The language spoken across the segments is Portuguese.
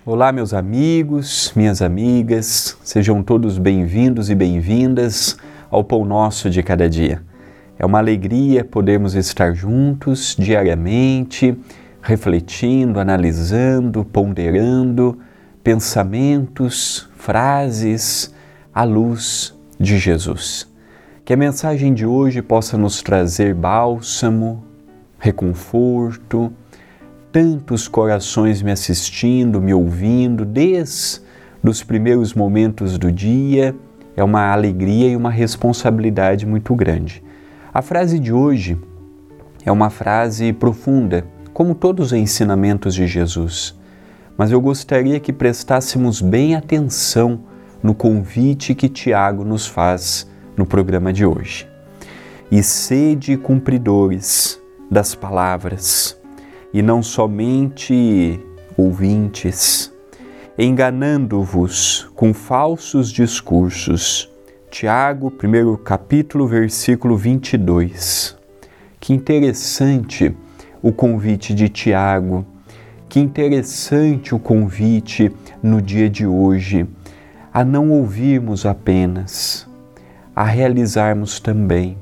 Olá, meus amigos, minhas amigas, sejam todos bem-vindos e bem-vindas ao Pão Nosso de Cada Dia. É uma alegria podermos estar juntos diariamente, refletindo, analisando, ponderando pensamentos, frases à luz de Jesus. Que a mensagem de hoje possa nos trazer bálsamo, reconforto, tantos corações me assistindo, me ouvindo, desde os primeiros momentos do dia, é uma alegria e uma responsabilidade muito grande. A frase de hoje é uma frase profunda, como todos os ensinamentos de Jesus, mas eu gostaria que prestássemos bem atenção no convite que Tiago nos faz no programa de hoje. E sede cumpridores das palavras, e não somente ouvintes, enganando-vos com falsos discursos. Tiago, 1º capítulo, versículo 22. Que interessante o convite de Tiago, que interessante o convite no dia de hoje, a não ouvirmos apenas, a realizarmos também.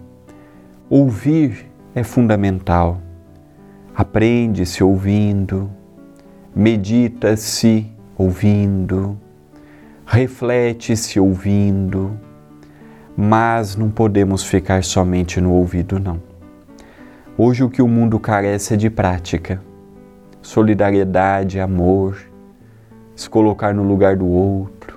Ouvir é fundamental. Aprende-se ouvindo, medita-se ouvindo, reflete-se ouvindo, mas não podemos ficar somente no ouvido, não. Hoje o que o mundo carece é de prática, solidariedade, amor, se colocar no lugar do outro,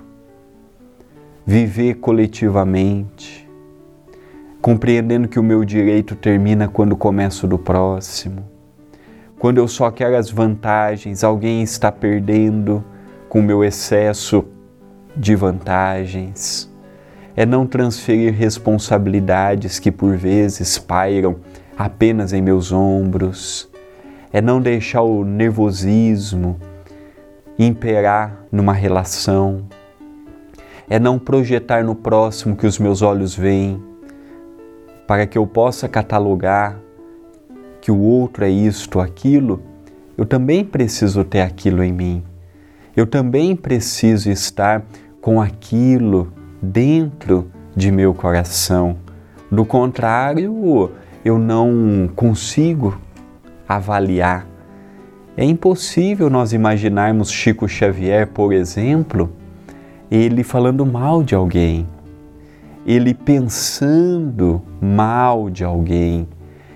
viver coletivamente, compreendendo que o meu direito termina quando começa o do próximo. Quando eu só quero as vantagens, alguém está perdendo com o meu excesso de vantagens. É não transferir responsabilidades que por vezes pairam apenas em meus ombros. É não deixar o nervosismo imperar numa relação. É não projetar no próximo que os meus olhos veem, para que eu possa catalogar que o outro é isto, aquilo. Eu também preciso ter aquilo em mim. Eu também preciso estar com aquilo dentro de meu coração. Do contrário, eu não consigo avaliar. É impossível nós imaginarmos Chico Xavier, por exemplo, ele falando mal de alguém, ele pensando mal de alguém,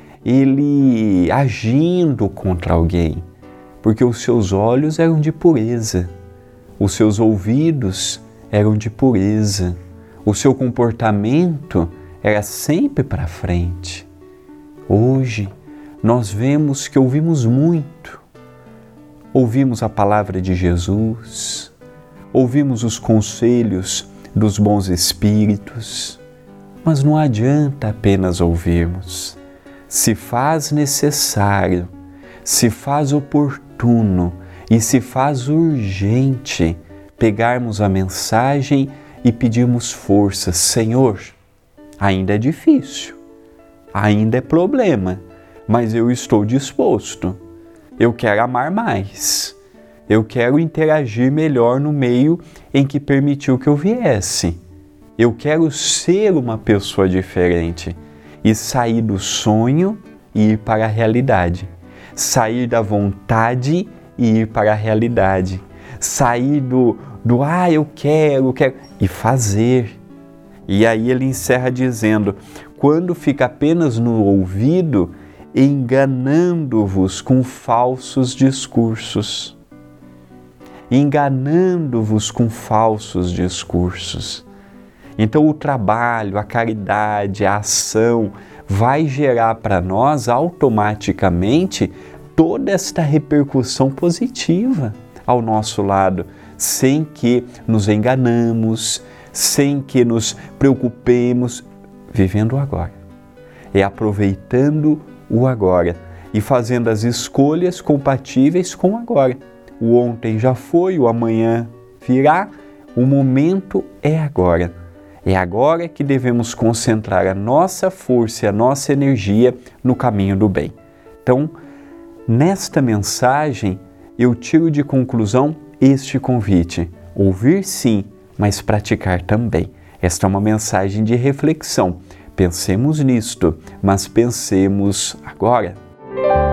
ele agindo contra alguém, porque os seus olhos eram de pureza, os seus ouvidos eram de pureza, o seu comportamento era sempre para frente. Hoje, nós vemos que ouvimos muito, ouvimos a palavra de Jesus, ouvimos os conselhos dos bons espíritos, mas não adianta apenas ouvirmos. Se faz necessário, se faz oportuno e se faz urgente pegarmos a mensagem e pedirmos força. Senhor, ainda é difícil, ainda é problema, mas eu estou disposto. Eu quero amar mais. Eu quero interagir melhor no meio em que permitiu que eu viesse. Eu quero ser uma pessoa diferente. E sair do sonho e ir para a realidade. Sair da vontade e ir para a realidade. Sair do eu quero, e fazer. E aí ele encerra dizendo, quando fica apenas no ouvido, enganando-vos com falsos discursos. Enganando-vos com falsos discursos. Então o trabalho, a caridade, a ação vai gerar para nós automaticamente toda esta repercussão positiva ao nosso lado, sem que nos enganamos, sem que nos preocupemos, vivendo o agora. É aproveitando o agora e fazendo as escolhas compatíveis com o agora. O ontem já foi, o amanhã virá, o momento é agora. É agora que devemos concentrar a nossa força e a nossa energia no caminho do bem. Então, nesta mensagem, eu tiro de conclusão este convite. Ouvir sim, mas praticar também. Esta é uma mensagem de reflexão. Pensemos nisto, mas pensemos agora.